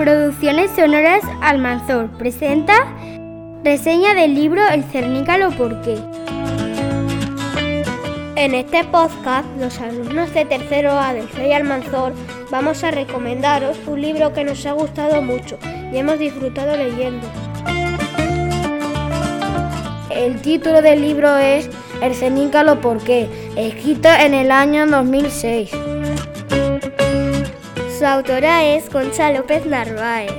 Producciones Sonoras Almanzor presenta reseña del libro El Cernícalo ¿Por qué? En este podcast, los alumnos de tercero A del CEI Almanzor vamos a recomendaros un libro que nos ha gustado mucho y hemos disfrutado leyendo. El título del libro es El Cernícalo ¿Por qué?, escrito en el año 2006. Su autora es Concha López Narváez.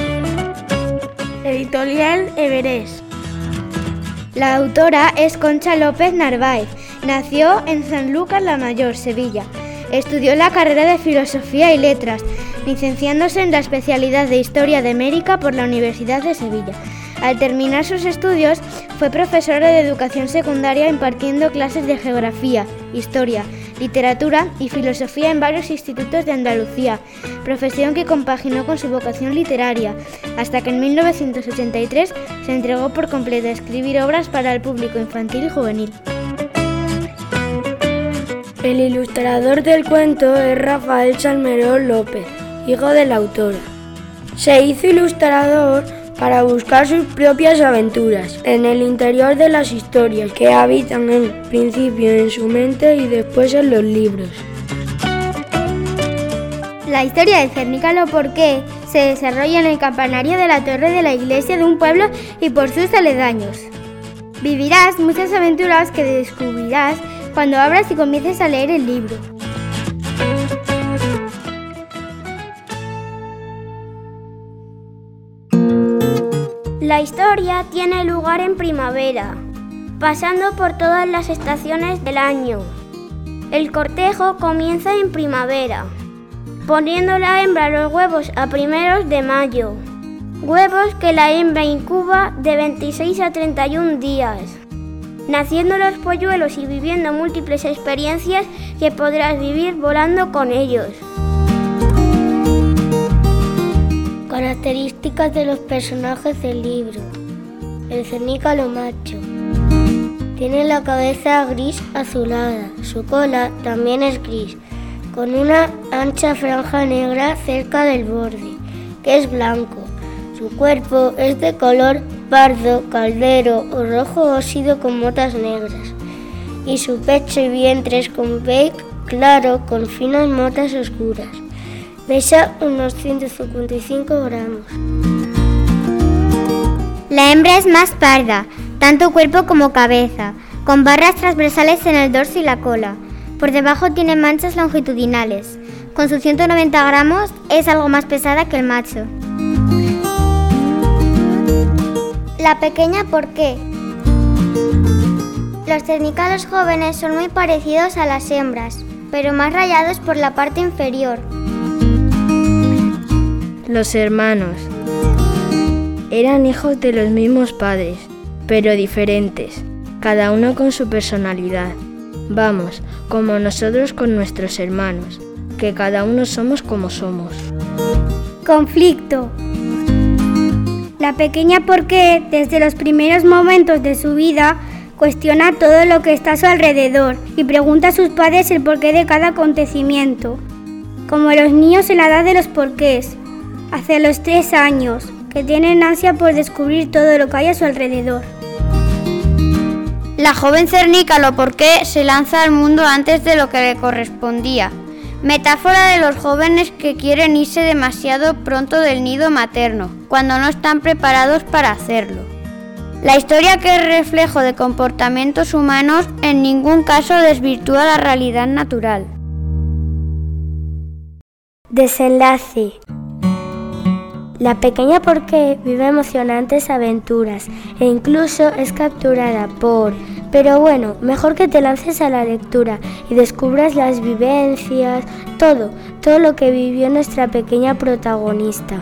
Editorial Everest. La autora es Concha López Narváez. Nació en Sanlúcar la Mayor, Sevilla. Estudió la carrera de Filosofía y Letras, licenciándose en la especialidad de Historia de América por la Universidad de Sevilla. Al terminar sus estudios, fue profesora de Educación Secundaria impartiendo clases de Geografía, Historia, Literatura y Filosofía en varios institutos de Andalucía, profesión que compaginó con su vocación literaria, hasta que en 1983 se entregó por completo a escribir obras para el público infantil y juvenil. El ilustrador del cuento es Rafael Salmerón López, hijo de la autora. Se hizo ilustrador para buscar sus propias aventuras en el interior de las historias que habitan en principio en su mente y después en los libros. La historia del Cernícalo ¿Por qué? Se desarrolla en el campanario de la torre de la iglesia de un pueblo y por sus aledaños. Vivirás muchas aventuras que descubrirás cuando abras y comiences a leer el libro. La historia tiene lugar en primavera, pasando por todas las estaciones del año. El cortejo comienza en primavera, poniendo la hembra los huevos a primeros de mayo. Huevos que la hembra incuba de 26 a 31 días, naciendo los polluelos y viviendo múltiples experiencias que podrás vivir volando con ellos. Características de los personajes del libro. El cernícalo macho tiene la cabeza gris azulada, su cola también es gris, con una ancha franja negra cerca del borde, que es blanco. Su cuerpo es de color pardo, caldero o rojo óxido con motas negras, y su pecho y vientre es con bec claro con finas motas oscuras. Pesa unos 155 gramos. La hembra es más parda, tanto cuerpo como cabeza, con barras transversales en el dorso y la cola. Por debajo tiene manchas longitudinales. Con sus 190 gramos es algo más pesada que el macho. La pequeña ¿por qué? Los cernícalos jóvenes son muy parecidos a las hembras, pero más rayados por la parte inferior. Los hermanos eran hijos de los mismos padres, pero diferentes, cada uno con su personalidad. Vamos, como nosotros con nuestros hermanos, que cada uno somos como somos. Conflicto. La pequeña ¿por qué? Desde los primeros momentos de su vida cuestiona todo lo que está a su alrededor y pregunta a sus padres el porqué de cada acontecimiento. Como los niños en la edad de los porqués, hacia los 3 años, que tienen ansia por descubrir todo lo que hay a su alrededor. La joven cernícalo ¿por qué? Se lanza al mundo antes de lo que le correspondía. Metáfora de los jóvenes que quieren irse demasiado pronto del nido materno, cuando no están preparados para hacerlo. La historia, que es reflejo de comportamientos humanos, en ningún caso desvirtúa la realidad natural. Desenlace. La pequeña ¿por qué? Vive emocionantes aventuras e incluso es capturada por... Pero bueno, mejor que te lances a la lectura y descubras las vivencias, todo lo que vivió nuestra pequeña protagonista.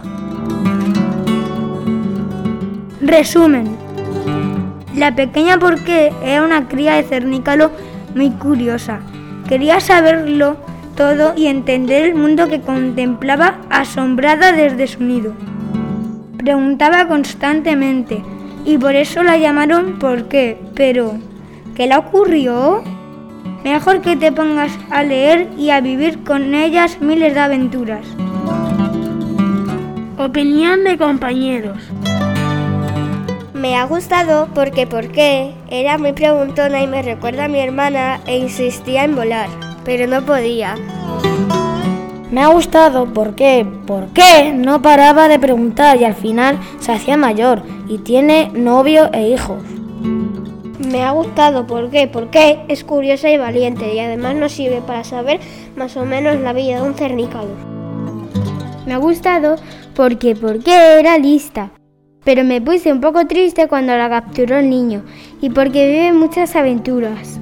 Resumen. La pequeña ¿por qué? Era una cría de cernícalo muy curiosa. Quería saberlo todo y entender el mundo que contemplaba asombrada desde su nido. Preguntaba constantemente y por eso la llamaron ¿por qué? Pero, ¿qué le ocurrió? Mejor que te pongas a leer y a vivir con ellas miles de aventuras. Opinión de compañeros. Me ha gustado porque era muy preguntona y me recuerda a mi hermana e insistía en volar, pero no podía. Me ha gustado porque no paraba de preguntar y al final se hacía mayor y tiene novio e hijos. Me ha gustado porque es curiosa y valiente y además nos sirve para saber más o menos la vida de un cernícalo. Me ha gustado porque era lista, pero me puse un poco triste cuando la capturó el niño y porque vive muchas aventuras.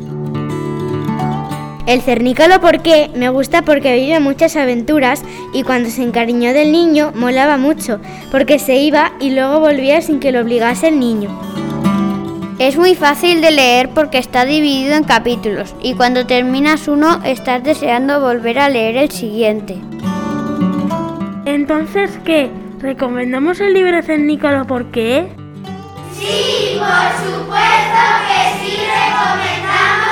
El cernícalo me gusta porque vive muchas aventuras y cuando se encariñó del niño molaba mucho porque se iba y luego volvía sin que lo obligase el niño. Es muy fácil de leer porque está dividido en capítulos y cuando terminas uno estás deseando volver a leer el siguiente. Entonces, ¿qué? ¿Recomendamos el libro Cernícalo por qué? Sí, por supuesto que sí recomendamos